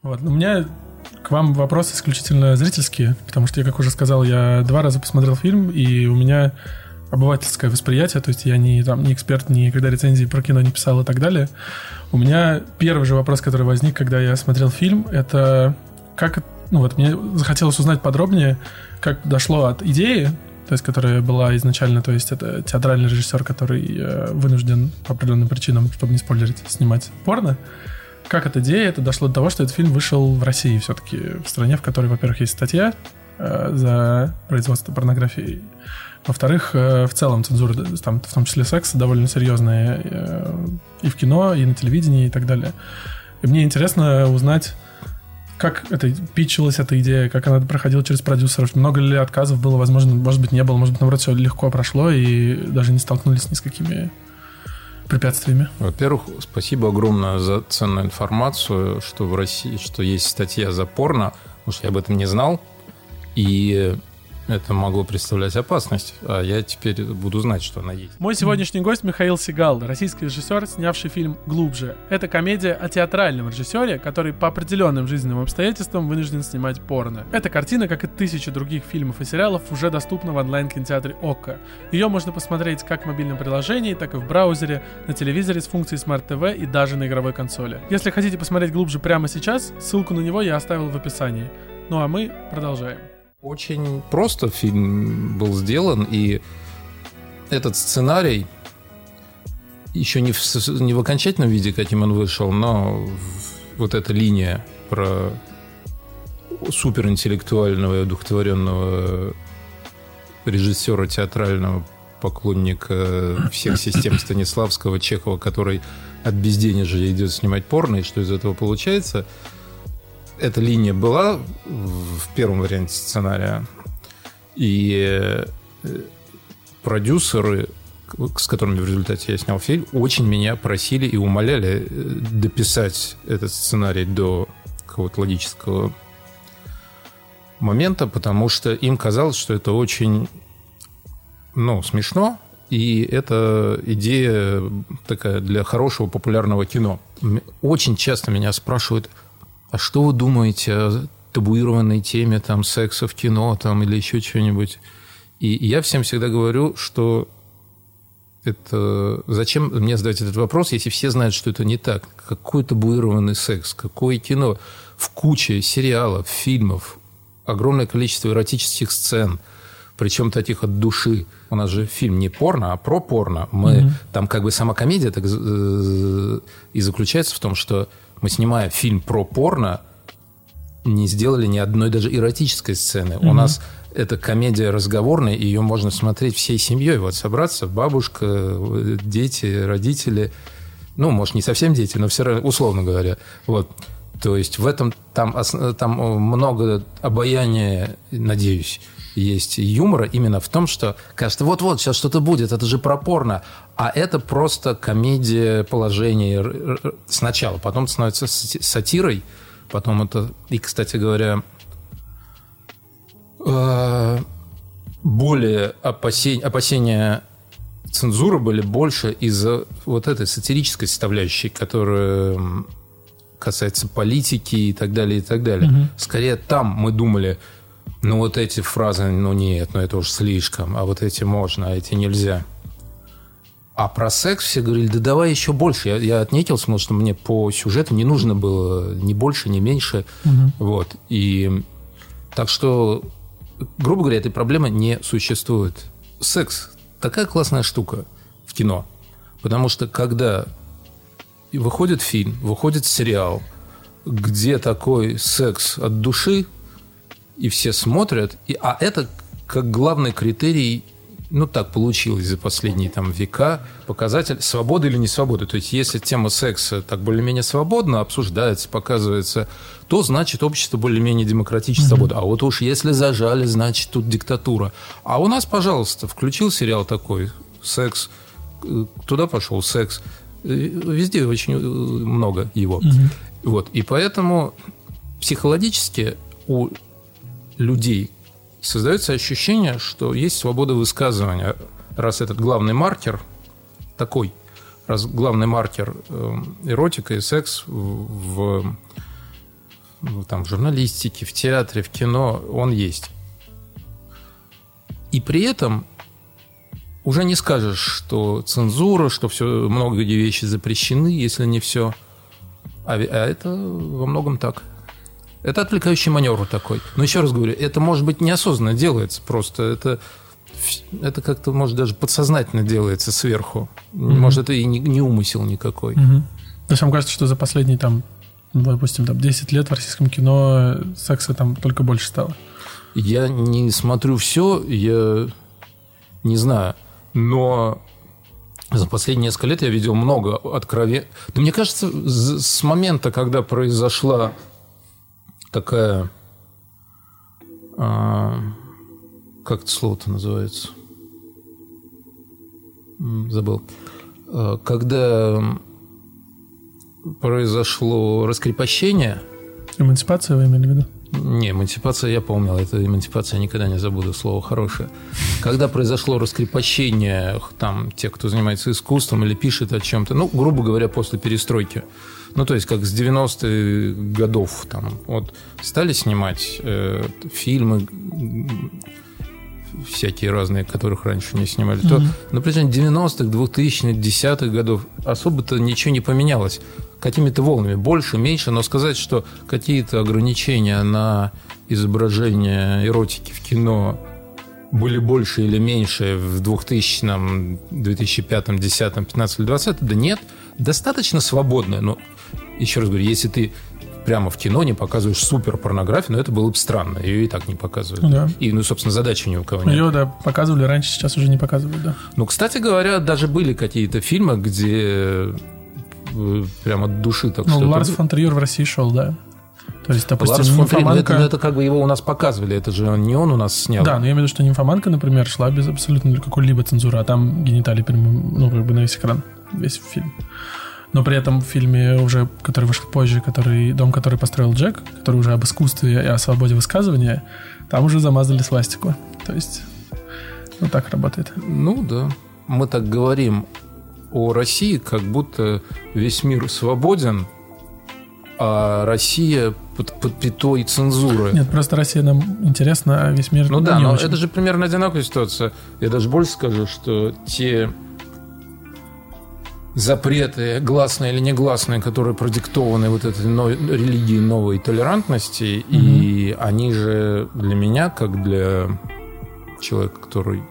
Вот. У меня к вам вопрос исключительно зрительский, потому что я, как уже сказал, я 2 раза посмотрел фильм, и у меня обывательское восприятие, то есть я не эксперт, никогда рецензии про кино не писал и так далее. У меня первый же вопрос, который возник, когда я смотрел фильм, это как... мне захотелось узнать подробнее, как дошло от идеи, то есть которая была изначально, то есть это театральный режиссер, который вынужден по определенным причинам, чтобы не спойлерить, снимать порно. Как от идеи это дошло до того, что этот фильм вышел в России все-таки, в стране, в которой, во-первых, есть статья за производство порнографии. Во-вторых, в целом цензура, там, в том числе секс, довольно серьезная и в кино, и на телевидении, и так далее. И мне интересно узнать, как это питчилась эта идея, как она проходила через продюсеров, много ли отказов было, возможно, может быть, не было, может быть, наоборот, все легко прошло и даже не столкнулись ни с какими препятствиями. Во-первых, спасибо огромное за ценную информацию, что в России, что есть статья за порно, потому что я об этом не знал, и это могло представлять опасность, а я теперь буду знать, что она есть. Мой сегодняшний гость Михаил Сигал, российский режиссер, снявший фильм «Глубже». Это комедия о театральном режиссере, который по определенным жизненным обстоятельствам вынужден снимать порно. Эта картина, как и тысячи других фильмов и сериалов, уже доступна в онлайн-кинотеатре ОККО. Ее можно посмотреть как в мобильном приложении, так и в браузере, на телевизоре с функцией Smart TV и даже на игровой консоли. Если хотите посмотреть «Глубже» прямо сейчас, ссылку на него я оставил в описании. Ну а мы продолжаем. Очень просто фильм был сделан, и этот сценарий еще не в окончательном виде, каким он вышел, но вот эта линия про суперинтеллектуального и одухотворенного режиссера театрального, поклонника всех систем Станиславского, Чехова, который от безденежья идет снимать порно, и что из этого получается. Эта линия была в первом варианте сценария, и продюсеры, с которыми в результате я снял фильм, очень меня просили и умоляли дописать этот сценарий до какого-то логического момента, потому что им казалось, что это очень, смешно, и это идея такая для хорошего популярного кино. Очень часто меня спрашивают: а что вы думаете о табуированной теме там, секса в кино там, или еще чего-нибудь? И я всем всегда говорю, что это... Зачем мне задать этот вопрос, если все знают, что это не так? Какой табуированный секс? Какое кино? В куче сериалов, фильмов, огромное количество эротических сцен, причем таких от души. У нас же фильм не порно, а про порно. Там как бы сама комедия так и заключается в том, что мы, снимая фильм про порно, не сделали ни одной даже эротической сцены. У нас это комедия разговорная, и ее можно смотреть всей семьей. Вот собраться, бабушка, дети, родители. Может, не совсем дети, но все равно, условно говоря. Вот. То есть в этом там много обаяния, надеюсь, есть юмора именно в том, что кажется, вот-вот, сейчас что-то будет, это же про порно. А это просто комедия положений сначала, потом это становится сатирой, потом это... И, кстати говоря, более опасения цензуры были больше из-за вот этой сатирической составляющей, которая касается политики и так далее, и так далее. Скорее, там мы думали... вот эти фразы, нет, это уж слишком, а вот эти можно, а эти нельзя. А про секс все говорили: да давай еще больше. Я отнекился, потому что мне по сюжету не нужно было ни больше, ни меньше. Вот. И так что, грубо говоря, этой проблемы не существует. Секс – такая классная штука в кино. Потому что когда выходит фильм, выходит сериал, где такой секс от души, и все смотрят, а это как главный критерий, так получилось за последние века, показатель свободы или не свободы. То есть, если тема секса так более-менее свободно обсуждается, показывается, то, значит, общество более-менее демократично, свободно. А вот уж если зажали, значит, тут диктатура. А у нас, пожалуйста, включил сериал такой, секс, туда пошел секс. Везде очень много его. Вот. И поэтому психологически у людей создается ощущение, что есть свобода высказывания. Раз этот главный маркер такой, раз главный маркер эротика и секс в там, в журналистике, в театре, в кино, он есть. И при этом уже не скажешь, что цензура, что все, многие вещи запрещены, если не все. А это во многом так. Это отвлекающий маневр такой. Но еще раз говорю, это, может быть, неосознанно делается просто. Это как-то, может, даже подсознательно делается сверху. Может, это и не умысел никакой. То есть вам кажется, что за последние, там, допустим, 10 лет в российском кино секса там только больше стало? Я не смотрю все, я не знаю. Но за последние несколько лет я видел много откровений. Да мне кажется, с момента, когда произошла такая... как это слово-то называется? Забыл. Когда произошло раскрепощение... Эмансипация вы имели в виду? Не, эмансипация я помнил. Это эмансипация, я никогда не забуду, слово хорошее. Когда произошло раскрепощение там, тех, кто занимается искусством или пишет о чем-то, ну, грубо говоря, после перестройки. Ну, то есть, как с 90-х годов там, вот, стали снимать фильмы всякие разные, которых раньше не снимали, то на протяжении 90-х, 2000-х, 10-х годов особо-то ничего не поменялось. Какими-то волнами, больше, меньше, но сказать, что какие-то ограничения на изображение эротики в кино были больше или меньше в 2000-м, 2005-м, 10-м, 15-м или 20-м, да нет, достаточно свободно. Но, еще раз говорю, если ты прямо в кино не показываешь суперпорнографию, но это было бы странно, ее и так не показывают. Да. И, собственно, задачи ни у кого нет. Ее, да, показывали раньше, сейчас уже не показывают, да. Ну, кстати говоря, даже были какие-то фильмы, где прямо от души так что-то... Ну, Ларс фон Триер в России шел, да. То есть, допустим, Ларс фон Триер, это как бы его у нас показывали, это же не он у нас снял. Да, но я имею в виду, что «Нимфоманка», например, шла без абсолютно какой-либо цензуры, а там гениталии прямо, как бы на весь экран, весь фильм. Но при этом в фильме уже, который вышел позже, «Дом, который построил Джек», который уже об искусстве и о свободе высказывания, там уже замазали свастику. То есть, вот так работает. Ну, да. Мы так говорим о России, как будто весь мир свободен, а Россия под пятой цензуры. Нет, просто Россия нам интересна, а весь мир ну да, не но очень. Это же примерно одинаковая ситуация. Я даже больше скажу, что те запреты, гласные или негласные, которые продиктованы вот этой религией новой толерантности, и они же для меня, как для человека, который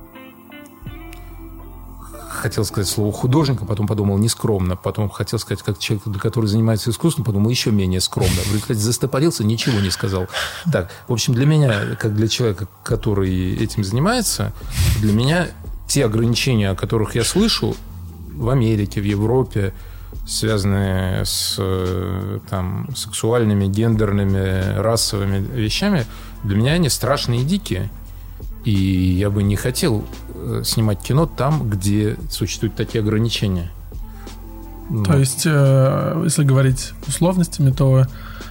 хотел сказать слово художник, а потом подумал нескромно, потом хотел сказать, как человек, который занимается искусством, подумал еще менее скромно. В результате застопорился, ничего не сказал. Так, в общем, для меня, как для человека, который этим занимается, для меня те ограничения, о которых я слышу в Америке, в Европе, связанные с там, сексуальными, гендерными, расовыми вещами, для меня они страшные и дикие. И я бы не хотел снимать кино там, где существуют такие ограничения. То есть, если говорить условностями, то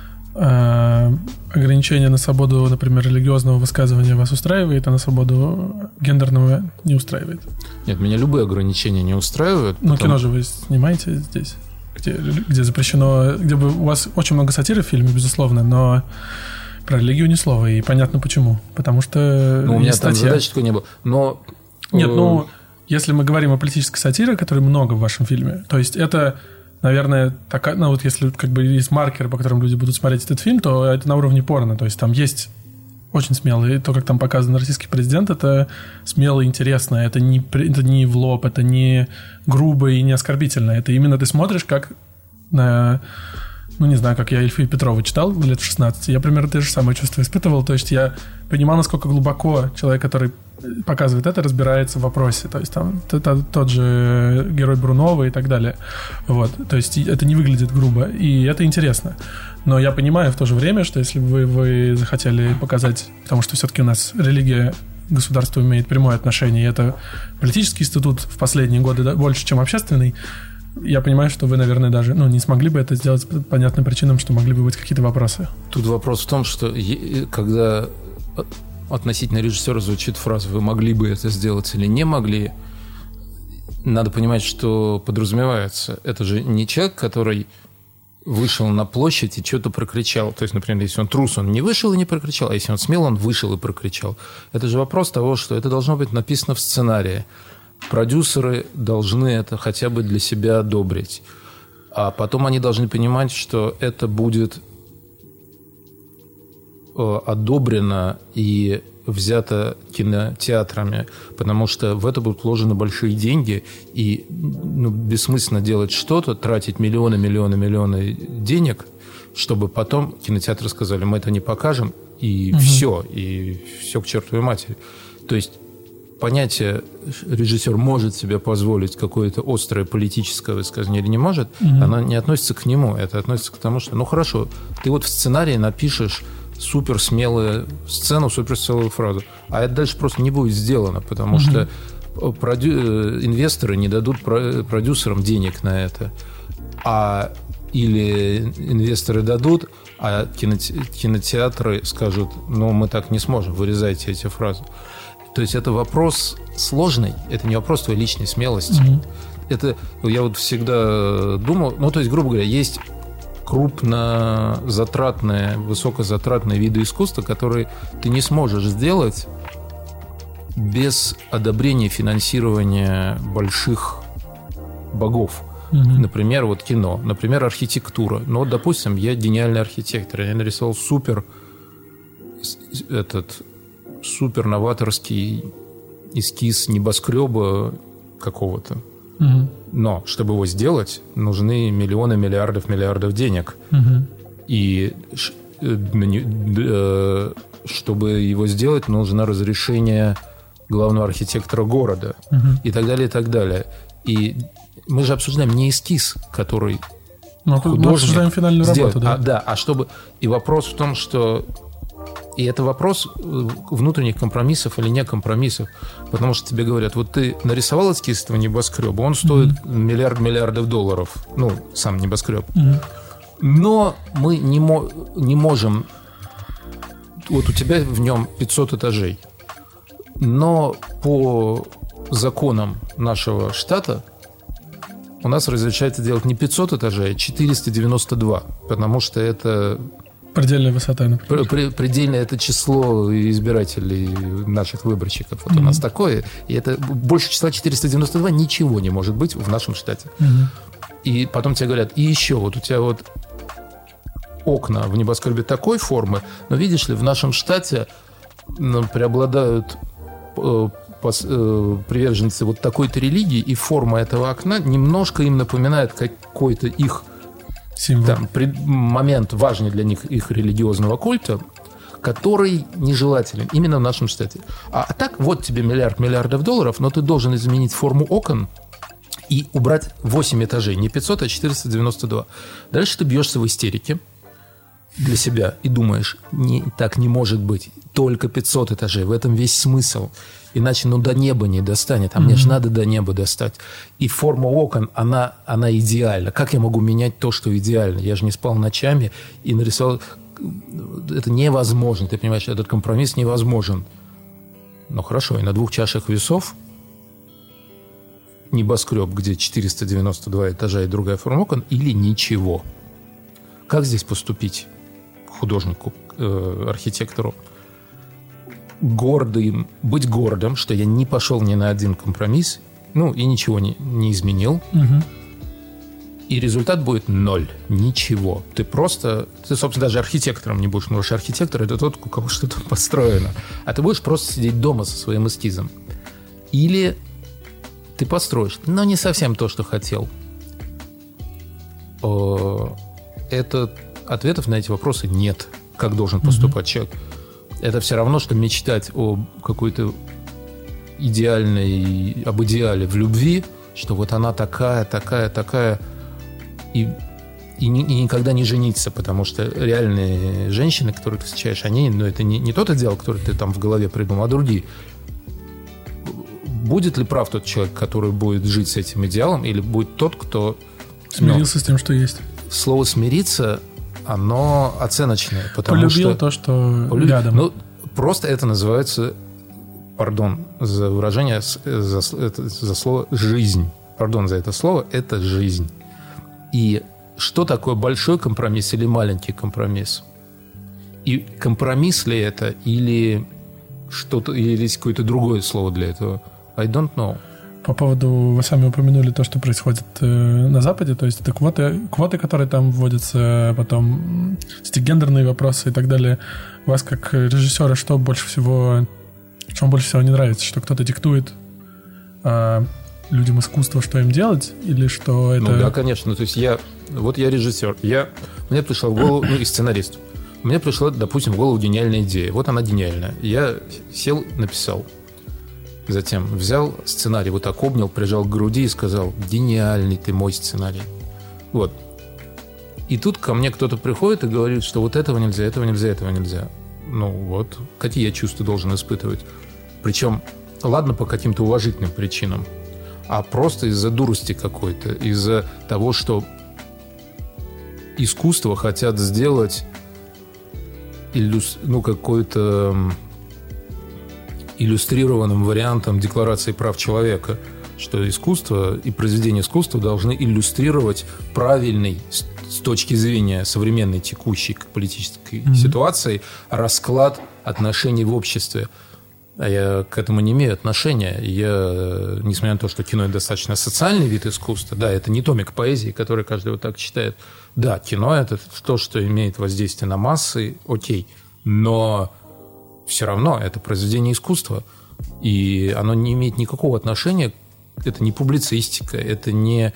ограничение на свободу, например, религиозного высказывания вас устраивает, а на свободу гендерного не устраивает? Нет, меня любые ограничения не устраивают. Но кино же вы снимаете здесь, где запрещено, где у вас очень много сатиры в фильме, безусловно, но про религию ни слова, и понятно почему. Потому что у меня там задачи такой не было. Но... Нет, если мы говорим о политической сатире, которой много в вашем фильме, то есть это, наверное, такая, ну вот если как бы есть маркеры, по которым люди будут смотреть этот фильм, то это на уровне порно. То есть там есть очень смелый, то, как там показан российский президент, это смело и интересно. Это не в лоб, это не грубо и не оскорбительно. Это именно ты смотришь как на... Ну, не знаю, как я Ильфа и Петрова читал лет в 16. Я примерно те же самые чувства испытывал. То есть я понимал, насколько глубоко человек, который показывает это, разбирается в вопросе. То есть там тот же герой Брунова и так далее. Вот. То есть это не выглядит грубо. И это интересно. Но я понимаю в то же время, что если бы вы захотели показать... Потому что все-таки у нас религия к государству имеет прямое отношение. И это политический институт в последние годы больше, чем общественный. Я понимаю, что вы, наверное, даже не смогли бы это сделать по понятным причинам, что могли бы быть какие-то вопросы. Тут вопрос в том, что когда относительно режиссера звучит фраза «вы могли бы это сделать или не могли», надо понимать, что подразумевается. Это же не человек, который вышел на площадь и что-то прокричал. То есть, например, если он трус, он не вышел и не прокричал, а если он смел, он вышел и прокричал. Это же вопрос того, что это должно быть написано в сценарии. Продюсеры должны это хотя бы для себя одобрить. А потом они должны понимать, что это будет одобрено и взято кинотеатрами, потому что в это будут вложены большие деньги, и бессмысленно делать что-то, тратить миллионы денег, чтобы потом кинотеатры сказали, мы это не покажем, и все к чертовой матери. То есть понятие режиссер может себе позволить какое-то острое политическое высказывание или не может, оно не относится к нему, это относится к тому, что, хорошо, ты вот в сценарии напишешь суперсмелую сцену, суперсмелую фразу. А это дальше просто не будет сделано, потому что инвесторы не дадут продюсерам денег на это. Или инвесторы дадут, а кинотеатры скажут, мы так не сможем, вырезайте эти фразы. То есть это вопрос сложный, это не вопрос твоей личной смелости. Это, я вот всегда думал, то есть, грубо говоря, есть крупнозатратные, высокозатратные виды искусства, которые ты не сможешь сделать без одобрения финансирования больших богов. Например, вот кино, например, архитектура. Допустим, я гениальный архитектор, я нарисовал супер новаторский эскиз небоскреба какого-то. Но чтобы его сделать, нужны миллионы, миллиардов денег. И чтобы его сделать, нужно разрешение главного архитектора города. И так далее, и так далее. И мы же обсуждаем не эскиз, который художник мы обсуждаем финальную сделает, работу, да? И вопрос в том, что... И это вопрос внутренних компромиссов или не компромиссов. Потому что тебе говорят, вот ты нарисовал эскиз этого небоскреба, он стоит миллиардов долларов. Сам небоскреб. Но мы не можем... Вот у тебя в нем 500 этажей. Но по законам нашего штата у нас разрешается делать не 500 этажей, а 492. Потому что это... Предельная высота, например. Предельное это число избирателей наших выборщиков. Вот у нас такое. И это больше числа 492 ничего не может быть в нашем штате. И потом тебе говорят, и еще вот у тебя вот окна в небоскребе такой формы, но видишь ли, в нашем штате преобладают приверженцы вот такой-то религии, и форма этого окна немножко им напоминает какой-то их момент важный для них их религиозного культа, который нежелателен именно в нашем штате. А так, вот тебе миллиардов долларов, но ты должен изменить форму окон и убрать 8 этажей. Не 500, а 492. Дальше ты бьешься в истерике для себя и думаешь, так не может быть. Только 500 этажей. В этом весь смысл. Иначе до неба не достанет. А мне же надо до неба достать. И форма окон, она идеальна. Как я могу менять то, что идеально? Я же не спал ночами и нарисовал... Это невозможно. Ты понимаешь, этот компромисс невозможен. Хорошо, и на 2 чашах весов небоскреб, где 492 этажа и другая форма окон, или ничего. Как здесь поступить художнику, архитектору? Быть гордым, что я не пошел ни на один компромисс, и ничего не изменил. И результат будет 0. Ничего. Ты, собственно, даже архитектором не будешь. Потому что архитектор – это тот, у кого что-то построено. А ты будешь просто сидеть дома со своим эскизом. Или ты построишь, но не совсем то, что хотел. Ответов на эти вопросы нет. Как должен поступать человек? Это все равно, что мечтать о какой-то об идеале в любви, что вот она такая, и никогда не жениться, потому что реальные женщины, которых ты встречаешь, они, это не тот идеал, который ты там в голове придумал, а другие. Будет ли прав тот человек, который будет жить с этим идеалом, или будет тот, кто... Смирился с тем, что есть? Слово «смириться», оно оценочное, потому полюбил что... то, что рядом. Просто это называется, пардон за выражение, за слово «жизнь». Пардон за это слово, это жизнь. И что такое большой компромисс или маленький компромисс? И компромисс ли это, или что-то, или есть какое-то другое слово для этого? I don't know. По поводу, вы сами упомянули то, что происходит на Западе, то есть это квоты, которые там вводятся, потом эти гендерные вопросы и так далее. Вас, как режиссера, что вам больше всего не нравится? Что кто-то диктует людям искусства, что им делать, или что это... Ну да, конечно. То есть я режиссер. Мне пришла в голову, и сценарист. Мне пришла, допустим, в голову гениальная идея. Вот она гениальная. Я сел, написал. Затем взял сценарий, вот так обнял, прижал к груди и сказал: гениальный ты мой сценарий. Вот. И тут ко мне кто-то приходит и говорит, что вот этого нельзя, этого нельзя, этого нельзя. Ну вот, какие я чувства должен испытывать? Причем, ладно, по каким-то уважительным причинам, а просто из-за дурости какой-то, из-за того, что искусство хотят сделать какой-то иллюстрированным вариантом Декларации прав человека, что искусство и произведения искусства должны иллюстрировать правильный, с точки зрения современной текущей политической ситуации, расклад отношений в обществе. А я к этому не имею отношения. Я, несмотря на то, что кино – это достаточно социальный вид искусства, да, это не томик поэзии, который каждый вот так читает. Да, кино – это то, что имеет воздействие на массы, окей. Но все равно это произведение искусства. И оно не имеет никакого отношения, это не публицистика, это не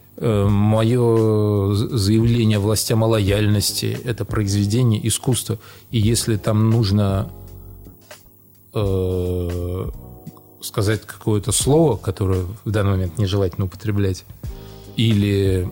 мое заявление властям о лояльности, это произведение искусства. И если там нужно сказать какое-то слово, которое в данный момент нежелательно употреблять, или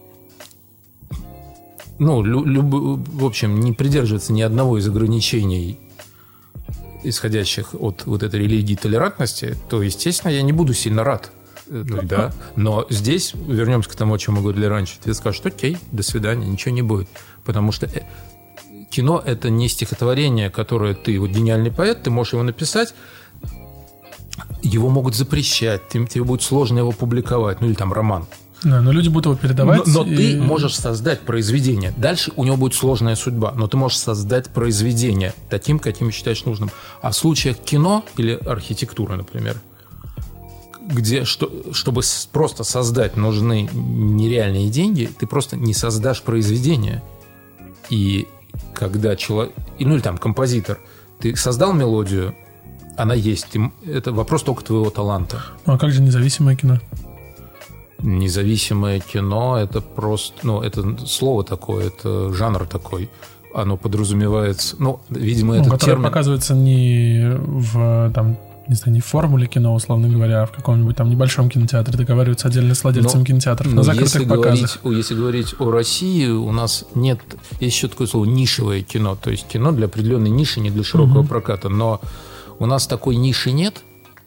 в общем, не придерживаться ни одного из ограничений, исходящих от вот этой религии толерантности, то, естественно, я не буду сильно рад. Да. Но здесь, вернемся к тому, о чем мы говорили раньше, ты скажешь: окей, до свидания, ничего не будет. Потому что кино – это не стихотворение, которое ты, вот гениальный поэт, ты можешь его написать, его могут запрещать, тебе будет сложно его публиковать, или там роман. Да, но люди будут его передавать. Но ты можешь создать произведение. Дальше у него будет сложная судьба, но ты можешь создать произведение таким, каким считаешь нужным. А в случаях кино или архитектуры, например, где, чтобы просто создать, нужны нереальные деньги, ты просто не создашь произведение. И когда человек, или там композитор, ты создал мелодию, она есть. Это вопрос только твоего таланта. Ну а как же независимое кино? Независимое кино – это просто, это слово такое, это жанр такой. Оно подразумевается, видимо, этот который термин показывается не в не в формуле кино, условно говоря, а в каком-нибудь там небольшом кинотеатре, договариваются отдельно с владельцем кинотеатров на закрытых показах. Если говорить о России, у нас нет, есть еще такое слово нишевое кино, то есть кино для определенной ниши, не для широкого проката, но у нас такой ниши нет,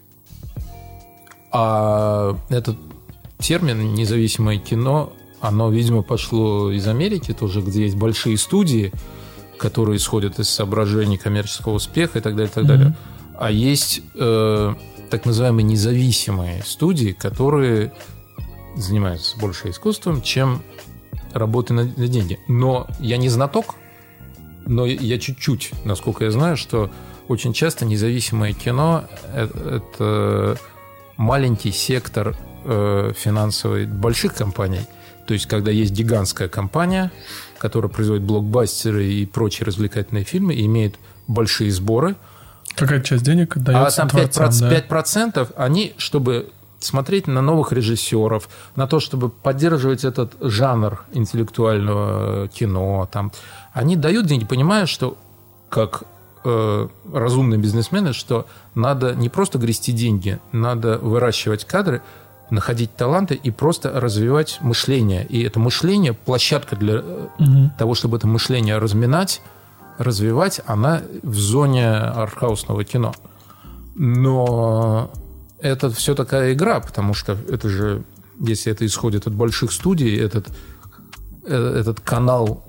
а этот термин «независимое кино», оно, видимо, пошло из Америки тоже, где есть большие студии, которые исходят из соображений коммерческого успеха и так далее, и так далее. А есть так называемые независимые студии, которые занимаются больше искусством, чем работой на деньги. Но я не знаток, но я чуть-чуть, насколько я знаю, что очень часто независимое кино – это маленький сектор финансовой больших компаний. То есть, когда есть гигантская компания, которая производит блокбастеры и прочие развлекательные фильмы, и имеет большие сборы. Какая часть денег дается творцам, 5% они, чтобы смотреть на новых режиссеров, на то, чтобы поддерживать этот жанр интеллектуального кино, они дают деньги, понимая, что как разумные бизнесмены, что надо не просто грести деньги, надо выращивать кадры, находить таланты и просто развивать мышление. И это мышление, площадка для того, чтобы это мышление разминать, развивать, она в зоне артхаусного кино. Но это все такая игра, потому что это же, если это исходит от больших студий, этот канал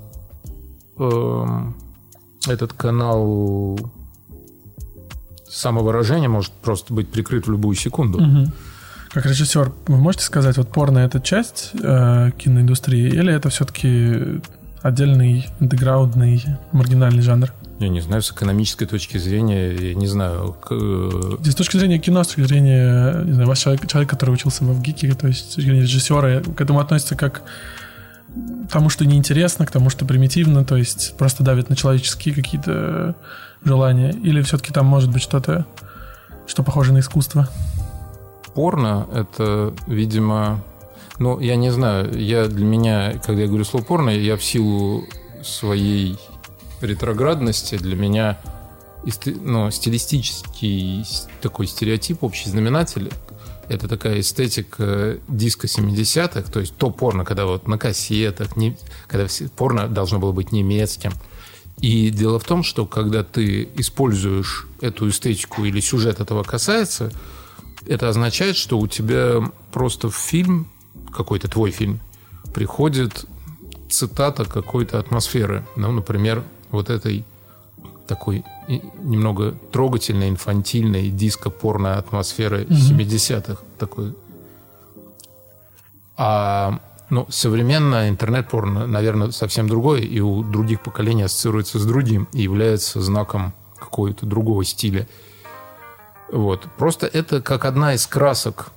самовыражения может просто быть прикрыт в любую секунду. Как режиссер, вы можете сказать, вот порно — это часть киноиндустрии, или это все-таки отдельный, андеграундный, маргинальный жанр? Я не знаю, с экономической точки зрения, я не знаю. С точки зрения кино, с точки зрения, не знаю, ваш человек, который учился в ГИКе, то есть с точки зрения режиссера, к этому относится как к тому, что неинтересно, к тому, что примитивно, то есть просто давит на человеческие какие-то желания, или все-таки там может быть что-то, что похоже на искусство? Порно — это, видимо... Ну, я не знаю, для меня, когда я говорю слово порно, я в силу своей ретроградности, для меня стилистический такой стереотип, общий знаменатель — это такая эстетика диско 70-х, то есть то порно, когда вот на кассетах, когда порно должно было быть немецким. И дело в том, что когда ты используешь эту эстетику или сюжет этого касается, это означает, что у тебя просто в фильм, какой-то твой фильм, приходит цитата какой-то атмосферы. Ну, например, вот этой такой немного трогательной, инфантильной диско-порно атмосферы 70-х. Такой. Современное интернет-порно, наверное, совсем другое, и у других поколений ассоциируется с другим и является знаком какого-то другого стиля. Вот. Просто это как одна из красок,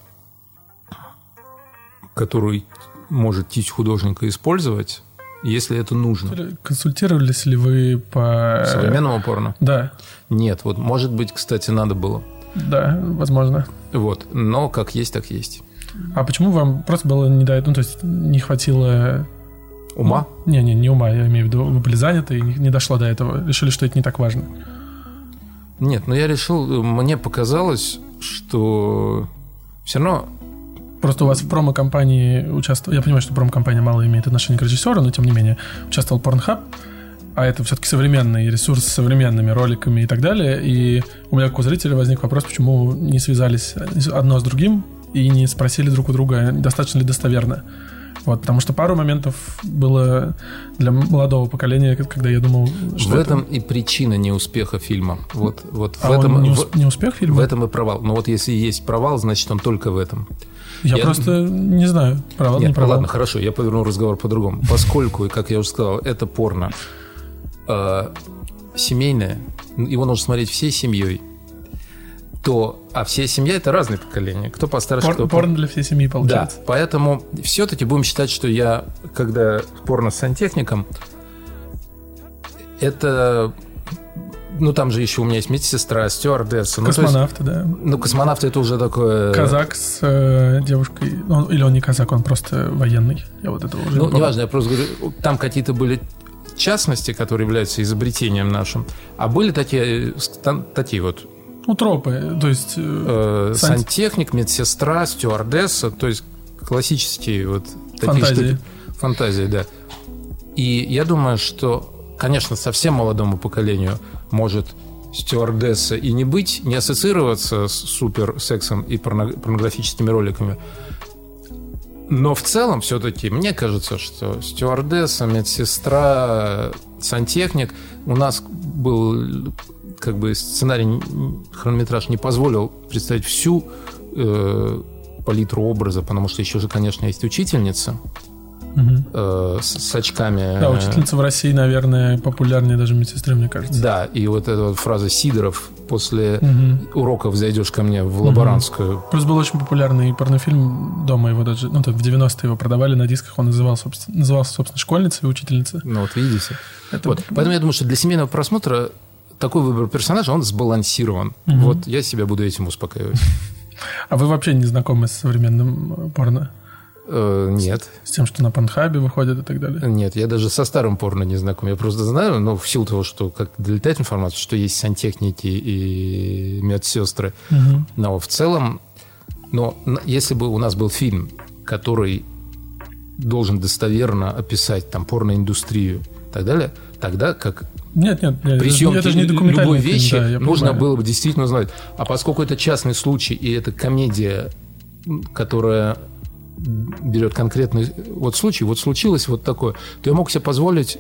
которую может кисть художника использовать, если это нужно. Консультировались ли вы по... Современному порно? Да. Нет. Вот, может быть, кстати, надо было. Да, возможно. Вот. Но как есть, так есть. А почему вам просто было не до этого, то есть не хватило... Ума? Не ума, я имею в виду, вы были заняты и не дошло до этого. Решили, что это не так важно. Нет, я решил, мне показалось, что все равно... Просто у вас в промо-компании участвовал... Я понимаю, что промо-компания мало имеет отношения к режиссеру, но тем не менее участвовал Pornhub, а это все-таки современный ресурс с современными роликами и так далее. И у меня, как у зрителя, возник вопрос, почему не связались одно с другим и не спросили друг у друга, достаточно ли достоверно. Вот, потому что пару моментов было для молодого поколения, когда я думал, что в этом и причина неуспеха фильма. Вот в а этом не успех фильма? В этом и провал. Но вот если есть провал, значит, он только в этом. Я просто не знаю, провал, Нет, не провал. Ладно, хорошо, я поверну разговор по-другому. Поскольку, как я уже сказал, это порно семейное, его нужно смотреть всей семьей, а вся семья — это разные поколения. Кто постарше, кто... Порно для всей семьи, получается. Да, поэтому все-таки будем считать, что когда порно с сантехником, это... там же еще у меня есть медсестра, стюардесса. Космонавты, да. Космонавты — это уже такое... Казак с девушкой... или он не казак, он просто военный. Я вот этого уже не помню. Неважно, я просто говорю, там какие-то были частности, которые являются изобретением нашим, а были такие вот... тропы, то есть... сантехник, медсестра, стюардесса, то есть классические вот такие фантазии. штуки. Фантазии, да. И я думаю, что, конечно, совсем молодому поколению может стюардесса и не ассоциироваться с суперсексом и порнографическими роликами. Но в целом все-таки мне кажется, что стюардесса, медсестра, сантехник, у нас был... сценарий, хронометраж не позволил представить всю палитру образа, потому что еще же, конечно, есть учительница с очками. Да, учительница в России, наверное, популярнее даже медсестры, мне кажется. Да, и вот эта вот фраза Сидоров: после уроков зайдешь ко мне в лаборантскую. Плюс был очень популярный порнофильм дома, его даже, в 90-е его продавали на дисках, он назывался, собственно, «Школьница» и «Учительница». Вот, видите. Поэтому я думаю, что для семейного просмотра такой выбор персонажа, он сбалансирован. Вот я себя буду этим успокаивать. А вы вообще не знакомы с современным порно? Нет. С тем, что на Порнхабе выходит и так далее? Нет, я даже со старым порно не знаком. Я просто знаю, но в силу того, что как долетает информация, что есть сантехники и медсестры. Но в целом, если бы у нас был фильм, который должен достоверно описать там порноиндустрию и так далее, тогда как... Нет, при съемке любой вещи фильм, нужно было бы действительно знать. А поскольку это частный случай, и это комедия, которая берет конкретный случай, случилось вот такое, то я мог себе позволить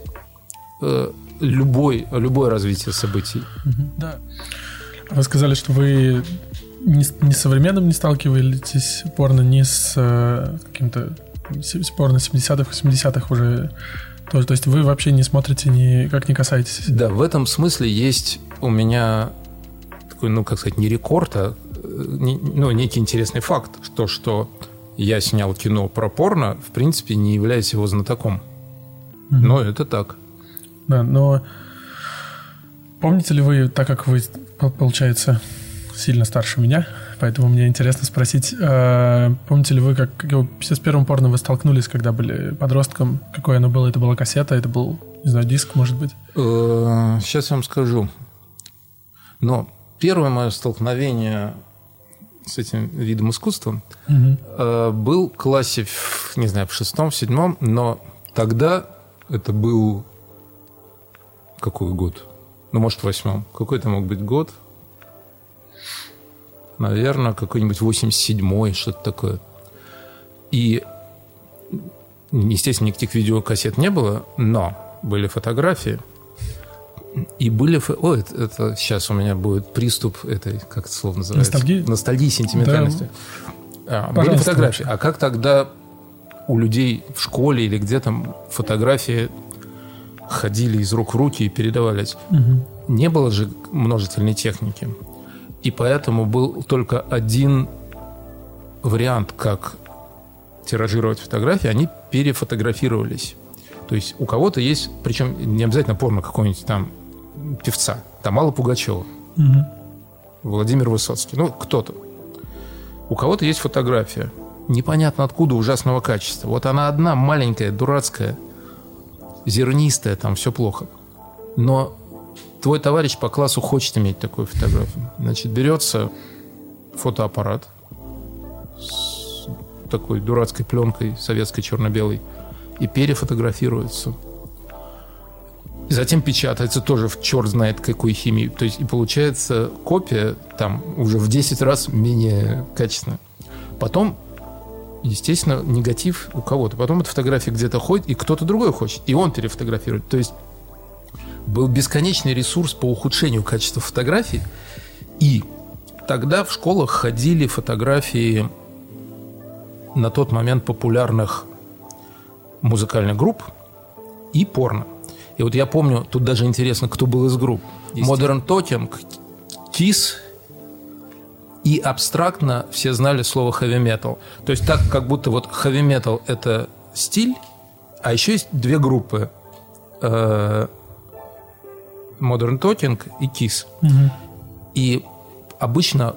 любое развитие событий. Да. Вы сказали, что вы ни с современным не сталкиваетесь порно, ни с каким-то порно 70-х, 80-х уже. То есть вы вообще не смотрите, никак не касаетесь? Да, в этом смысле есть у меня такой, как сказать, не рекорд, а некий интересный факт, что я снял кино про порно, в принципе, не являюсь его знатоком. Но это так. Да, но помните ли вы, так как вы, получается, сильно старше меня, поэтому мне интересно спросить, помните ли вы, как с первым порно вы столкнулись, когда были подростком? Какое оно было? Это была кассета? Это был, не знаю, диск, может быть? Сейчас я вам скажу. Но первое мое столкновение с этим видом искусства был в классе, не знаю, в 6-м, 7-м, но тогда это был... Какой год? Может, в 8-м. Какой это мог быть год? Наверное, какой-нибудь 87-й, что-то такое. И, естественно, никаких видеокассет не было, но были фотографии. И были... это сейчас у меня будет приступ этой, как это слово называется? Ностальгии, сентиментальности. Да. Были фотографии. А как тогда у людей в школе или где-то фотографии ходили из рук в руки и передавались? Не было же множественной техники. И поэтому был только один вариант, как тиражировать фотографии. Они перефотографировались. То есть у кого-то есть, причем не обязательно порно какого-нибудь там певца, Тамала Пугачева, Владимир Высоцкий, кто-то. У кого-то есть фотография, непонятно откуда, ужасного качества. Вот она одна, маленькая, дурацкая, зернистая, там все плохо. Но твой товарищ по классу хочет иметь такую фотографию. Значит, берется фотоаппарат с такой дурацкой пленкой, советской черно-белой, и перефотографируется. И затем печатается тоже в черт знает какой химии. То есть и получается копия там уже в 10 раз менее качественная. Потом, естественно, негатив у кого-то. Потом эта фотография где-то ходит, и кто-то другой хочет. И он перефотографирует. То есть был бесконечный ресурс по ухудшению качества фотографий. И тогда в школах ходили фотографии на тот момент популярных музыкальных групп и порно. И вот я помню, тут даже интересно, кто был из групп. Modern Talking, Kiss, и абстрактно все знали слово heavy metal. То есть так, как будто вот heavy metal – это стиль, а еще есть две группы – Modern Talking и Kiss. И обычно...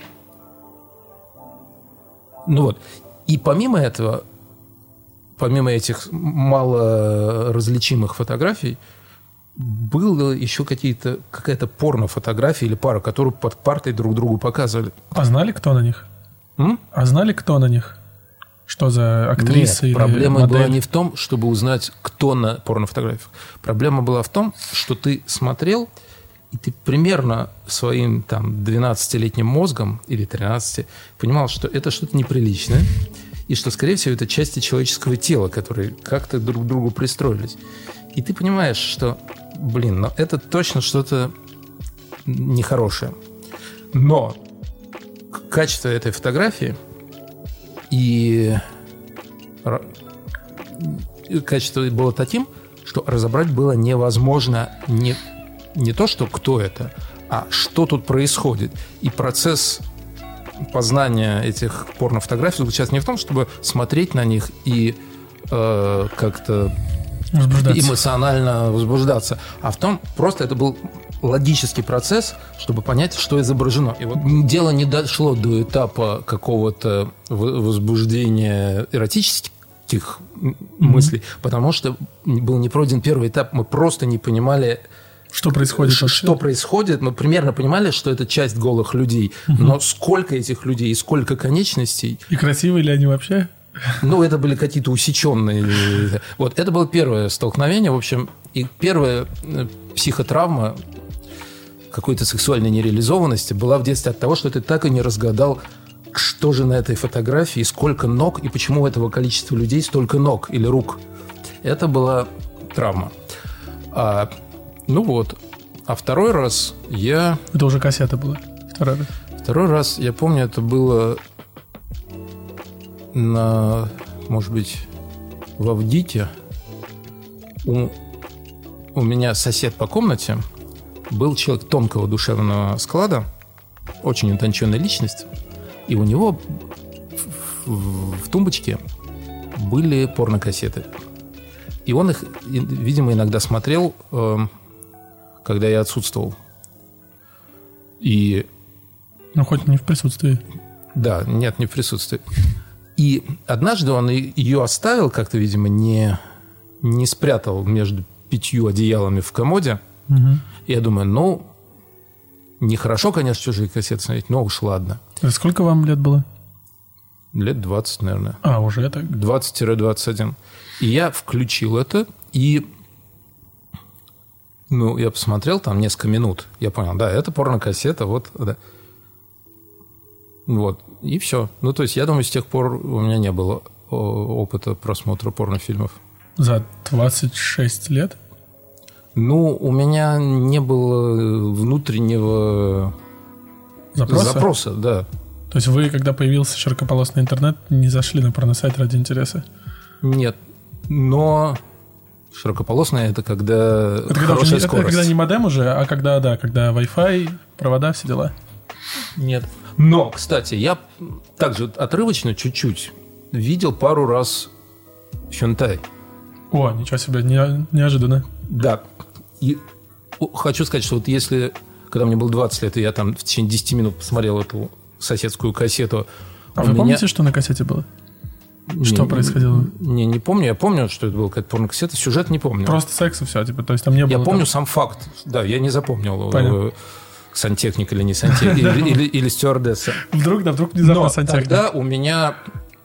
И помимо этого, помимо этих малоразличимых фотографий, было еще какая-то порно-фотография или пара, которую под партой друг другу показывали. А знали, кто на них? А знали, кто на них? Что за актриса? Нет, или проблема модель? была не в том, чтобы узнать, кто на порнофотографиях. Проблема была в том, что ты смотрел, и ты примерно своим 12-летним мозгом или 13 понимал, что это что-то неприличное, и что, скорее всего, это части человеческого тела, которые как-то друг к другу пристроились. И ты понимаешь, что, это точно что-то нехорошее. Но качество этой фотографии и качество было таким, что разобрать было невозможно не то, что кто это, а что тут происходит. И процесс познания этих порнофотографий заключается не в том, чтобы смотреть на них и как-то эмоционально возбуждаться, а в том, просто это был логический процесс, чтобы понять, что изображено. И вот дело не дошло до этапа какого-то возбуждения эротических мыслей, потому что был не пройден первый этап, мы просто не понимали, что происходит. Что происходит. Мы примерно понимали, что это часть голых людей, но сколько этих людей и сколько конечностей. И красивые ли они вообще? Это были какие-то усеченные. Вот, это было первое столкновение, в общем, и первая психотравма какой-то сексуальной нереализованности была в детстве от того, что ты так и не разгадал, что же на этой фотографии, сколько ног, и почему у этого количества людей столько ног или рук. Это была травма. А второй раз я... Это уже кассета была? Второй раз? Второй раз, я помню, это было может быть, в Авдите. У меня сосед по комнате был человек тонкого душевного склада, очень утонченная личность, и у него в тумбочке были порнокассеты. И он их, видимо, иногда смотрел, когда я отсутствовал. И... Ну, хоть не в присутствии. Да, нет, не в присутствии. И однажды он ее оставил, как-то, видимо, не спрятал между 5 одеялами в комоде. Угу. И я думаю, нехорошо, конечно, чужие кассеты смотреть, но уж ладно. Сколько вам лет было? Лет 20, наверное. Уже так? 20-21. И я включил это, и я посмотрел там несколько минут. Я понял, да, это порнокассета, вот, да. Вот, и все. То есть, я думаю, с тех пор у меня не было опыта просмотра порнофильмов. За 26 лет? У меня не было внутреннего запроса, да. То есть, вы, когда появился широкополосный интернет, не зашли на порносайт ради интереса? Нет, но широкополосное – это когда хорошая скорость. Это когда не модем уже, а когда Wi-Fi, провода, все дела? Нет. Но, кстати, я также отрывочно чуть-чуть видел пару раз хентай. О, ничего себе, неожиданно. Да. И хочу сказать, что вот если, когда мне было 20 лет, и я там в течение 10 минут посмотрел эту соседскую кассету... А вы помните, что на кассете было? Что происходило? Не помню. Я помню, что это была какая-то порнокассета. Сюжет не помню. Просто секс и все. То есть там не было... Я помню сам факт. Да, я не запомнил. Понятно. Сантехник или не сантехник, или стюардесса. Вдруг внезапно сантехник. Тогда у меня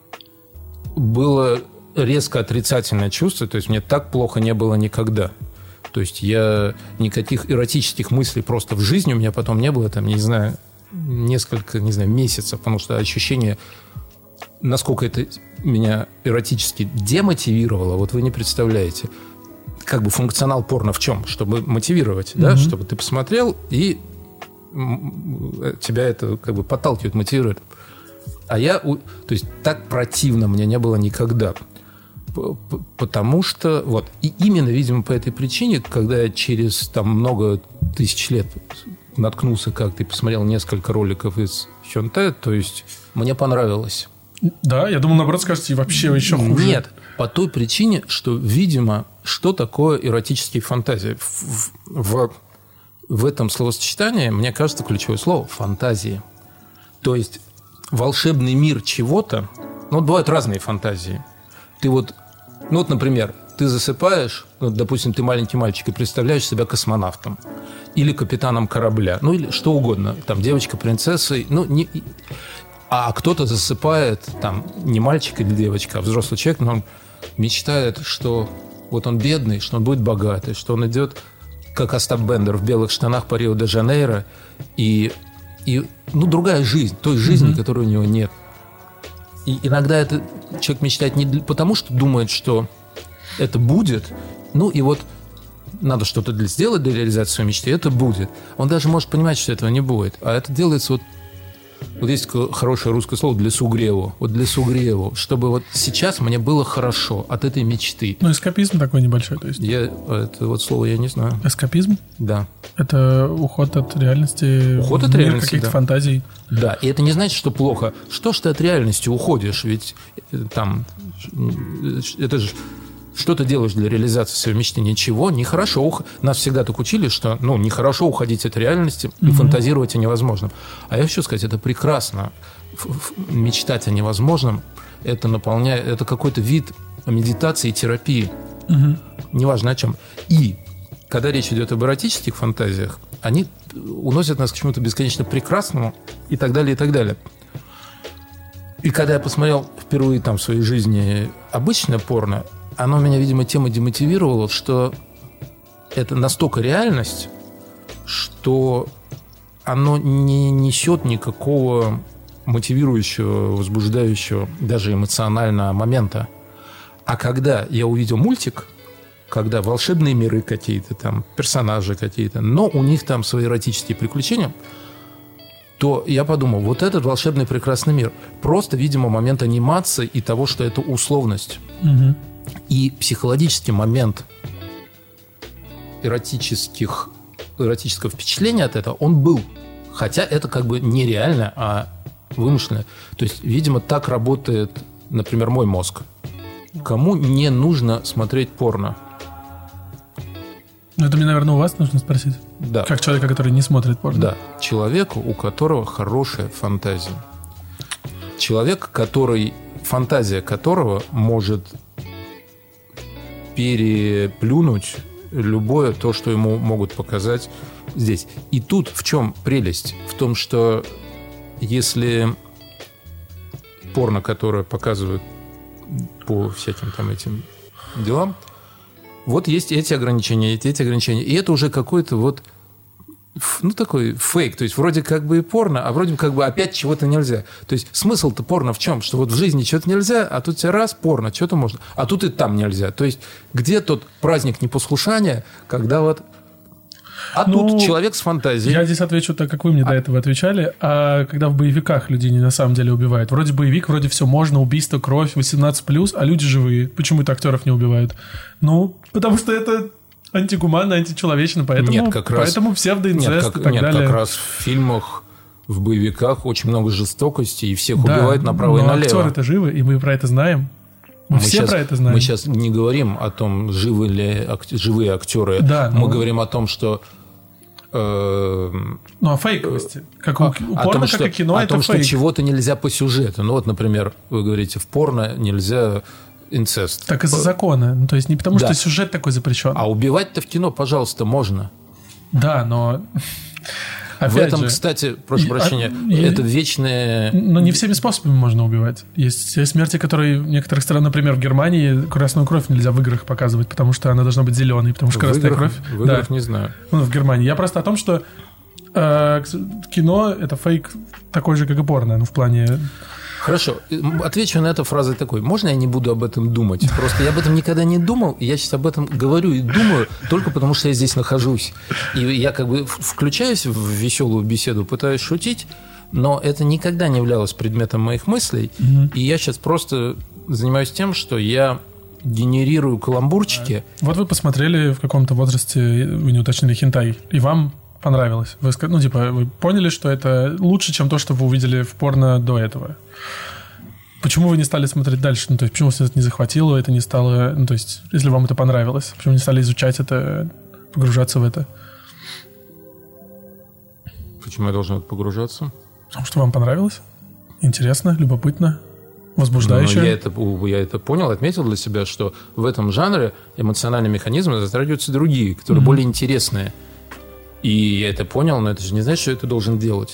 было резко отрицательное чувство, то есть мне так плохо не было никогда. То есть я никаких эротических мыслей просто в жизни у меня потом не было, несколько месяцев, потому что ощущение, насколько это меня эротически демотивировало, вот вы не представляете. Как бы функционал порно в чем? Чтобы мотивировать, да, чтобы ты посмотрел и тебя это как бы подталкивает, мотивирует. То есть так противно мне не было никогда. Потому что, и именно, видимо, по этой причине, когда я через много тысяч лет наткнулся как-то и посмотрел несколько роликов из хентай, то есть мне понравилось. Да, я думал, наоборот, скажете, вообще еще хуже. Нет, по той причине, что, видимо, что такое эротические фантазии? В этом словосочетании, мне кажется, ключевое слово – фантазии. То есть волшебный мир чего-то, бывают разные фантазии. Ты например, ты засыпаешь, допустим, ты маленький мальчик и представляешь себя космонавтом или капитаном корабля, или что угодно, там девочка принцессой, а кто-то засыпает, не мальчик или девочка, а взрослый человек, но он мечтает, что он бедный, что он будет богатый, что он идет, как Остап Бендер, в белых штанах по Рио-де-Жанейро, и другая жизнь, той жизни, которой у него нет. И иногда это человек мечтает не потому, что думает, что это будет, надо что-то сделать для реализации своей мечты, это будет. Он даже может понимать, что этого не будет. А это делается есть такое хорошее русское слово «для сугреву». Для сугреву. Чтобы сейчас мне было хорошо от этой мечты. Эскапизм такой небольшой, то есть. Это слово я не знаю. Эскапизм? Да. Это уход от реальности. Уход от реальности, каких-то фантазий. Да, и это не значит, что плохо. Что ж ты от реальности уходишь? Ведь это же... Что ты делаешь для реализации своей мечты? Ничего, нехорошо. Нас всегда так учили, что нехорошо уходить от реальности и фантазировать о невозможном. А я хочу сказать, это прекрасно. Мечтать о невозможном – это наполняет, это какой-то вид медитации и терапии. Неважно о чем. И когда речь идет об эротических фантазиях, они уносят нас к чему-то бесконечно прекрасному и так далее, и так далее. И когда я посмотрел впервые в своей жизни обычное порно, оно меня, видимо, тем и демотивировало, что это настолько реальность, что оно не несет никакого мотивирующего, возбуждающего, даже эмоционального момента. А когда я увидел мультик, когда волшебные миры какие-то, персонажи какие-то, но у них там свои эротические приключения, то я подумал, вот этот волшебный прекрасный мир. Просто, видимо, момент анимации и того, что это условность. Угу. И психологический момент эротического впечатления от этого, он был. Хотя это как бы нереально, а вымышленное. То есть, видимо, так работает, например, мой мозг. Кому не нужно смотреть порно? Ну, это мне, наверное, у вас нужно спросить. Да. Как человека, который не смотрит порно. Да. Человеку, у которого хорошая фантазия. Человек, фантазия которого может переплюнуть любое то, что ему могут показать здесь. И тут в чем прелесть? В том, что если порно, которое показывают по всяким там этим делам, вот есть эти ограничения, эти ограничения. И это уже какой-то вот, ну, такой фейк. То есть, вроде как бы и порно, а вроде как бы опять чего-то нельзя. То есть, смысл-то порно в чем? Что вот в жизни что-то нельзя, а тут тебе раз порно, что-то можно, а тут и там нельзя. То есть, где тот праздник непослушания, когда вот... А тут человек с фантазией. Я здесь отвечу так, как вы мне до этого отвечали. А когда в боевиках людей не на самом деле убивают? Вроде боевик, вроде все можно, убийство, кровь, 18+, а люди живые. Почему это актеров не убивают? Ну, потому что это антигуманно, античеловечно, поэтому, нет, как раз, поэтому псевдоинцест и так нет, далее. Как раз в фильмах, в боевиках очень много жестокости, и всех убивают направо и налево. Актеры-то живы, и мы про это знаем. Мы все сейчас, про это знаем. Мы сейчас не говорим о том, живые актеры. Да, мы говорим о том, что... о фейковости. Как у порно, как и кино, это фейк. О том, фейк. что чего-то нельзя по сюжету. Ну вот, например, вы говорите, в порно нельзя инцест. Так из-за закона. Ну, то есть не потому, что сюжет такой запрещен. А убивать-то в кино, пожалуйста, можно. Да, но... В этом, кстати, прошу прощения, это вечное... Но не всеми способами можно убивать. Есть смерти, которые в некоторых странах, например, в Германии, красную кровь нельзя в играх показывать, потому что она должна быть зеленой, потому что красная кровь... В играх не знаю. Ну, в Германии. Я просто о том, что кино — это фейк такой же, как и порно, ну, в плане... Хорошо, отвечу на эту фразой такой. Можно я не буду об этом думать? Просто я об этом никогда не думал, и я сейчас об этом говорю и думаю только потому, что я здесь нахожусь. И я как бы включаюсь в веселую беседу, пытаюсь шутить, но это никогда не являлось предметом моих мыслей. И я сейчас просто занимаюсь тем, что я генерирую каламбурчики. Вот вы посмотрели в каком-то возрасте, вы не уточнили, хентай, и вам понравилось. Вы, ну, типа, вы поняли, что это лучше, чем то, что вы увидели в порно до этого. Почему вы не стали смотреть дальше? Ну, то есть, почему вас это не захватило, это не стало... Ну, то есть, если вам это понравилось, почему не стали изучать это, погружаться в это? Почему я должен погружаться? Потому что вам понравилось? Интересно, любопытно, возбуждающе? Я это понял, отметил для себя, что в этом жанре эмоциональные механизмы затрагиваются другие, которые более интересные. И я это понял, но это же не значит, что я это должен делать.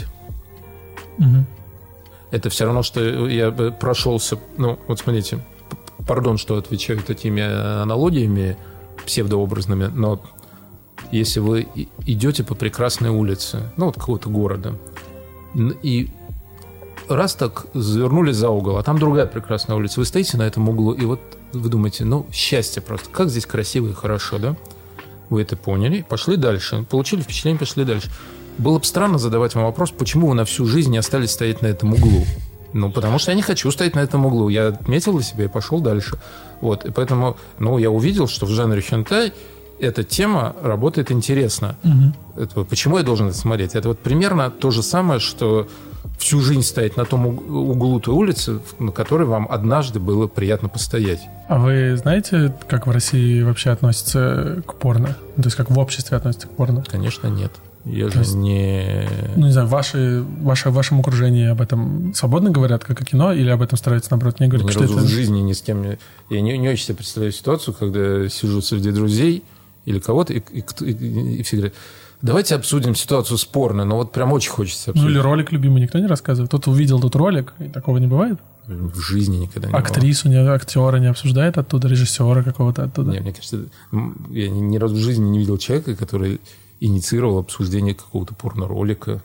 Это все равно, что я прошелся... Ну, вот смотрите, пардон, что отвечаю такими аналогиями псевдообразными, но если вы идете по прекрасной улице, ну, вот какого-то города, и раз так завернули за угол, а там другая прекрасная улица, вы стоите на этом углу, и вот вы думаете, ну, счастье просто, как здесь красиво и хорошо, да? Вы это поняли, пошли дальше, получили впечатление, пошли дальше. Было бы странно задавать вам вопрос, почему вы на всю жизнь не остались стоять на этом углу. Ну, потому что я не хочу стоять на этом углу. Я отметил для себя и пошел дальше. Вот, и поэтому, ну, я увидел, что в жанре хентай эта тема работает интересно. Это, почему я должен это смотреть? Это вот примерно то же самое, что всю жизнь стоять на том углу той улицы, на которой вам однажды было приятно постоять. А вы знаете, как в России вообще относятся к порно? То есть, как в обществе относятся к порно? Конечно, нет. Я же не... Ну, не знаю, в вашем окружении об этом свободно говорят, как о кино, или об этом стараются, наоборот, не говорить? Ни разу в жизни ни с кем не... Я не очень себе представляю ситуацию, когда сижу среди друзей или кого-то, и все говорят, давайте обсудим ситуацию спорно, но вот прям очень хочется обсудить. Ну, или ролик любимый никто не рассказывает? Тот увидел тут ролик, и такого не бывает? В жизни никогда не бывало. Актрису, актера не обсуждает оттуда, режиссера какого-то оттуда? Нет, мне кажется, я ни разу в жизни не видел человека, который инициировал обсуждение какого-то порно-ролика.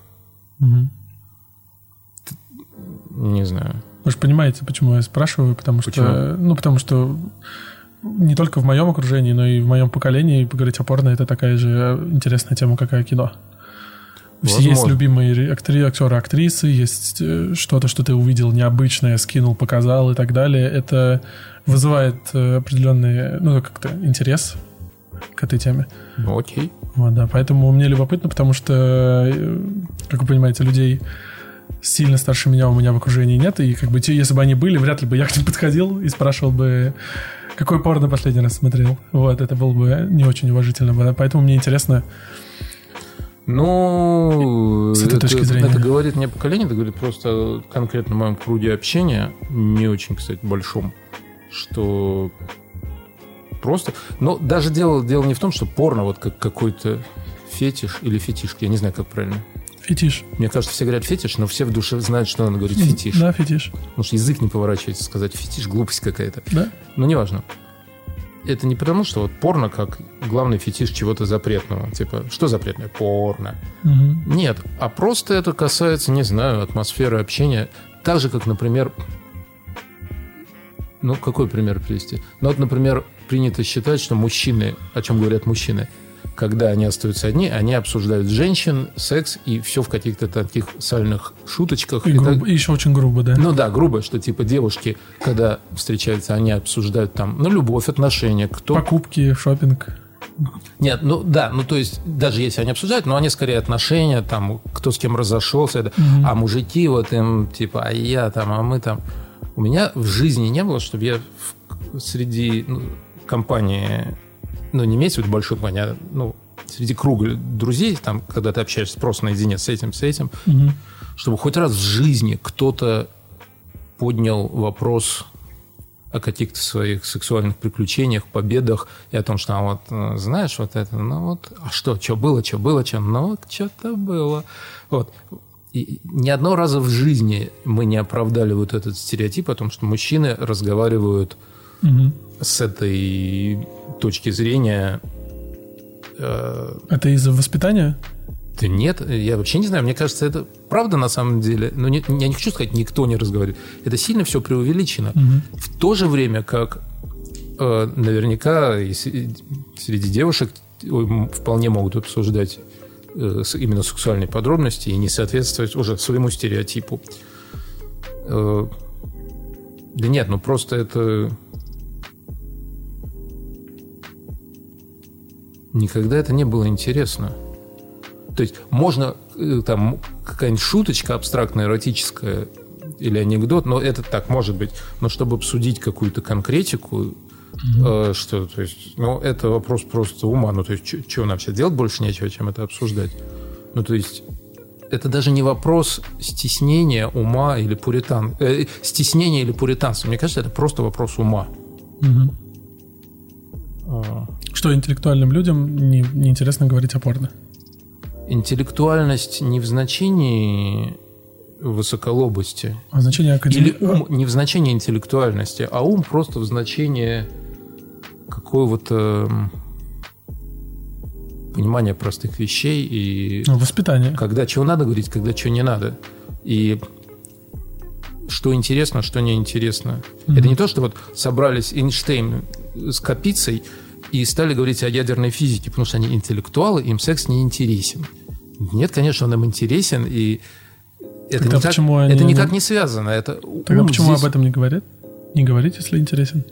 Не знаю. Вы же понимаете, почему я спрашиваю, потому что не только в моем окружении, но и в моем поколении поговорить о порно — это такая же интересная тема, как и о кино. Есть любимые актеры, актрисы, есть что-то, что ты увидел необычное, скинул, показал и так далее. Это вызывает определенный, как-то интерес к этой теме. Ну, окей. Вот, да, поэтому мне любопытно, потому что, как вы понимаете, людей сильно старше меня у меня в окружении нет, и как бы если бы они были, вряд ли бы я к ним подходил и спрашивал бы, какой порно последний раз смотрел. Вот, это было бы не очень уважительно. Поэтому мне интересно... с этой точки зрения. Это говорит не поколение, это говорит просто конкретно в моем круге общения, не очень, кстати, большом, что просто... Но даже дело не в том, что порно вот как какой-то фетиш или фетишки, я не знаю, как правильно. Фетиш. Мне кажется, все говорят фетиш, но все в душе знают, что надо говорить фетиш. Да, фетиш. Потому что язык не поворачивается сказать фетиш, глупость какая-то. Да. Но неважно. Это не потому, что вот порно как главный фетиш чего-то запретного. Типа, что запретное? Порно. Угу. Нет, а просто это касается, не знаю, атмосферы общения. Так же, как, например... какой пример привести? Вот, например, принято считать, что мужчины, о чем говорят мужчины, когда они остаются одни, они обсуждают женщин, секс и все в каких-то таких сальных шуточках. И еще очень грубо, да. Грубо, что типа девушки, когда встречаются, они обсуждают там, любовь, отношения, покупки, шопинг. Нет, то есть даже если они обсуждают, но они скорее отношения, там, кто с кем разошелся, а мужики вот им типа, а я там, а мы там. У меня в жизни не было, чтобы я среди компании... не имеется в виду большой компании, а среди круга друзей, там, когда ты общаешься просто наедине с этим, чтобы хоть раз в жизни кто-то поднял вопрос о каких-то своих сексуальных приключениях, победах и о том, что знаешь, вот это, а что было, что-то было. Вот. И ни одного раза в жизни мы не оправдали вот этот стереотип о том, что мужчины разговаривают с этой точки зрения. Это из-за воспитания? Да нет, я вообще не знаю. Мне кажется, это правда на самом деле. Но я не хочу сказать, никто не разговаривает. Это сильно все преувеличено. В то же время, как наверняка среди девушек вполне могут обсуждать именно сексуальные подробности и не соответствовать уже своему стереотипу. Да нет, просто это... Никогда это не было интересно. То есть можно там какая-нибудь шуточка абстрактная, эротическая или анекдот, но это так может быть. Но чтобы обсудить какую-то конкретику, что, то есть, это вопрос просто ума. То есть, что нам сейчас делать больше нечего, чем это обсуждать? То есть, это даже не вопрос стеснения ума или стеснения или пуританства. Мне кажется, это просто вопрос ума. Что интеллектуальным людям неинтересно говорить о порно? Интеллектуальность не в значении высоколобости. А в значении академии? Или ум не в значении интеллектуальности, а ум просто в значении какого-то понимания простых вещей и... воспитание. Когда чего надо говорить, когда чего не надо. И что интересно, что неинтересно. Это не то, что вот собрались Эйнштейн с Капицей и стали говорить о ядерной физике, потому что они интеллектуалы, им секс не интересен. Нет, конечно, он им интересен, и это никак не связано. Тогда почему об этом не говорят? Не говорить, если интересен?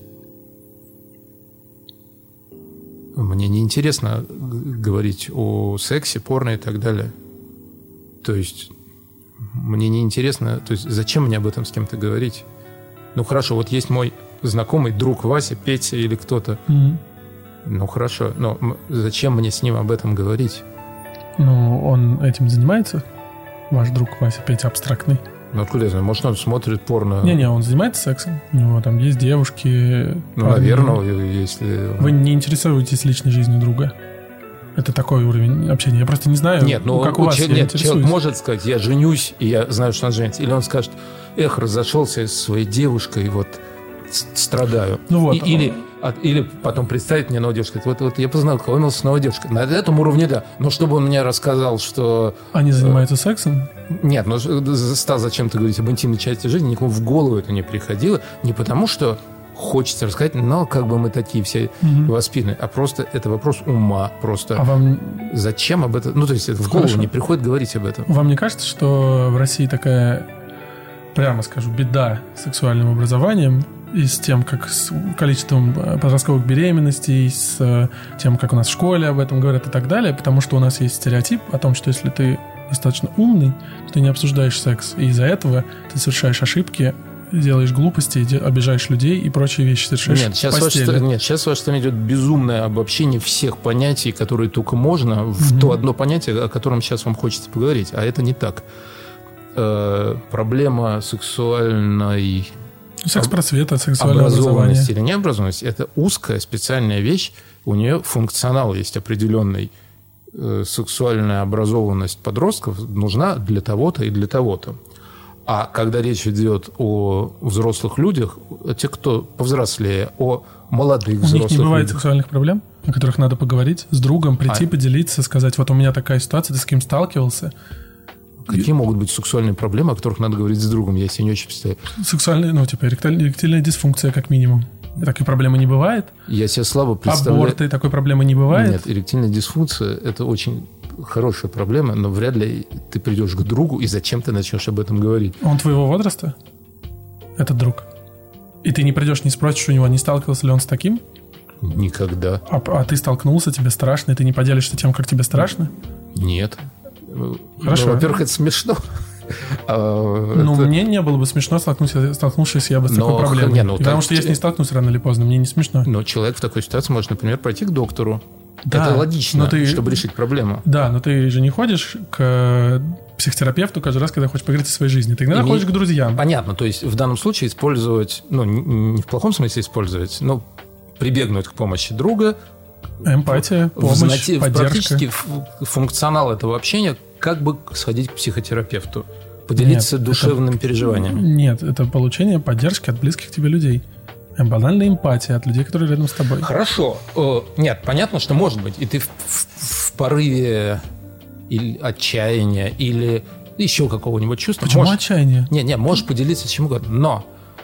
Мне не интересно говорить о сексе, порно и так далее. То есть мне не интересно, то есть зачем мне об этом с кем-то говорить? Хорошо, вот есть мой знакомый друг Вася, Петя или кто-то. Хорошо, но зачем мне с ним об этом говорить? Он этим занимается? Ваш друг Вася, Петя абстрактный? Откуда я знаю? Может, он смотрит порно? Не, он занимается сексом. У него там есть девушки. Наверное, если... Вы не интересуетесь личной жизнью друга? Это такой уровень общения. Я просто не знаю, как у вас. Человек может сказать, я женюсь, и я знаю, что он женится. Или он скажет, разошелся с своей девушкой, страдаю. Или потом представить мне новую девушку. Вот я познакомился с новой девушкой. На этом уровне, да. Но чтобы он мне рассказал, что... Они занимаются сексом? Нет, стал зачем-то говорить об интимной части жизни, никому в голову это не приходило. Не потому, что хочется рассказать, но как бы мы такие все воспитанные. А просто это вопрос ума. Просто зачем об этом... Ну, то есть это в голову не приходит говорить об этом. Вам не кажется, что в России такая, прямо скажу, беда с сексуальным образованием и с тем, как с количеством подростковых беременностей, с тем, как у нас в школе об этом говорят и так далее, потому что у нас есть стереотип о том, что если ты достаточно умный, то ты не обсуждаешь секс, и из-за этого ты совершаешь ошибки, делаешь глупости, обижаешь людей и прочие вещи совершаешь в постели. Сейчас ваше там идет безумное обобщение всех понятий, которые только можно, в то одно понятие, о котором сейчас вам хочется поговорить. А это не так. Проблема сексуальной... Секс-просвета, сексуального образования. Или необразованности – это узкая специальная вещь. У нее функционал есть определенный. Сексуальная образованность подростков нужна для того-то и для того-то. А когда речь идет о взрослых людях, те, кто повзрослее, о молодых взрослых людях... У них не бывает сексуальных проблем, о которых надо поговорить с другом, прийти, поделиться, сказать, вот у меня такая ситуация, ты с кем сталкивался? Какие могут быть сексуальные проблемы, о которых надо говорить с другом? Я себе не очень представляю. Сексуальная, эректильная дисфункция, как минимум. Такой проблемы не бывает? Я себе слабо представляю... Аборты, такой проблемы не бывает? Нет, эректильная дисфункция – это очень хорошая проблема, но вряд ли ты придешь к другу и зачем ты начнешь об этом говорить. Он твоего возраста? Этот друг? И ты не придешь, не спросишь у него, не сталкивался ли он с таким? Никогда. А ты столкнулся, тебе страшно, и ты не поделишься тем, как тебе страшно? Нет. Хорошо. Ну, во-первых, это смешно. Мне не было бы смешно, столкнувшись я бы с такой проблемой. Потому что я с ней столкнусь рано или поздно, мне не смешно. Но человек в такой ситуации может, например, пойти к доктору. Да, это логично, чтобы решить проблему. Да, но ты же не ходишь к психотерапевту каждый раз, когда хочешь поговорить о своей жизни. Ты иногда ходишь к друзьям. Понятно, то есть в данном случае использовать, не в плохом смысле использовать, но прибегнуть к помощи друга. Эмпатия, помощь, поддержка. Практически функционал этого общения, как бы сходить к психотерапевту. Поделиться душевным переживанием. Нет, это получение поддержки от близких тебе людей. Банальная эмпатия от людей, которые рядом с тобой. Хорошо. Нет, понятно, что может быть. И ты в порыве или отчаяния, или еще какого-нибудь чувства. Почему отчаяние? Не, можешь поделиться чем угодно. Но...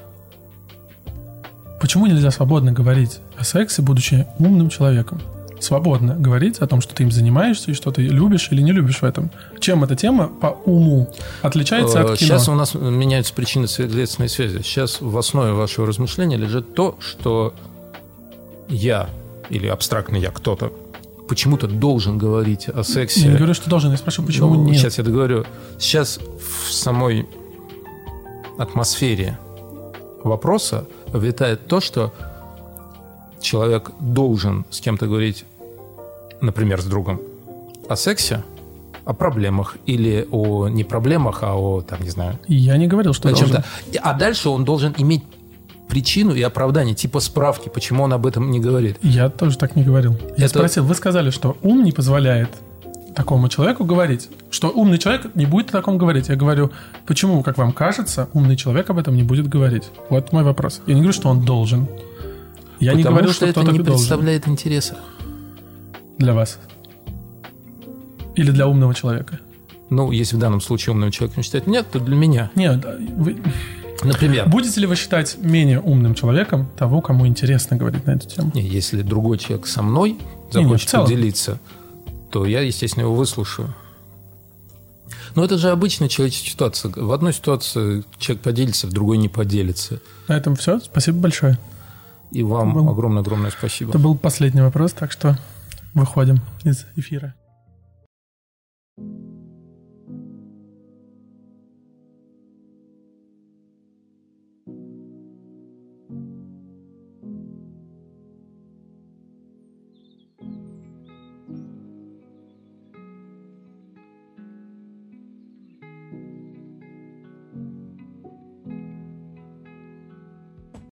Почему нельзя свободно говорить о сексе, будучи умным человеком? Свободно говорить о том, что ты им занимаешься, и что ты любишь или не любишь в этом. Чем эта тема по уму отличается от кино? Сейчас у нас меняются причины следственной связи. Сейчас в основе вашего размышления лежит то, что я, или абстрактно я, кто-то, почему-то должен говорить о сексе. Я не говорю, что должен, я спрашиваю, почему нет. Сейчас я договорю. Сейчас в самой атмосфере вопроса витает то, что человек должен с кем-то говорить, например, с другом, о сексе, о проблемах или о не проблемах, а о, там, не знаю... Я не говорил, что должен. А дальше он должен иметь причину и оправдание, типа справки, почему он об этом не говорит. Я тоже так не говорил. Я спросил, вы сказали, что ум не позволяет такому человеку говорить, что умный человек не будет о таком говорить. Я говорю, почему, как вам кажется, умный человек об этом не будет говорить? Вот мой вопрос. Я не говорю, что он должен. Я не говорил, что это не представляет интереса. Для вас. Или для умного человека. Ну, если в данном случае умного человека не считать нет, то для меня. Нет, вы... Например. Будете ли вы считать менее умным человеком того, кому интересно говорить на эту тему? Не, если другой человек со мной захочет поделиться, то я, естественно, его выслушаю. Но это же обычная человеческая ситуация. В одной ситуации человек поделится, в другой не поделится. На этом все. Спасибо большое. И вам огромное-огромное спасибо. Это был последний вопрос, так что выходим из эфира.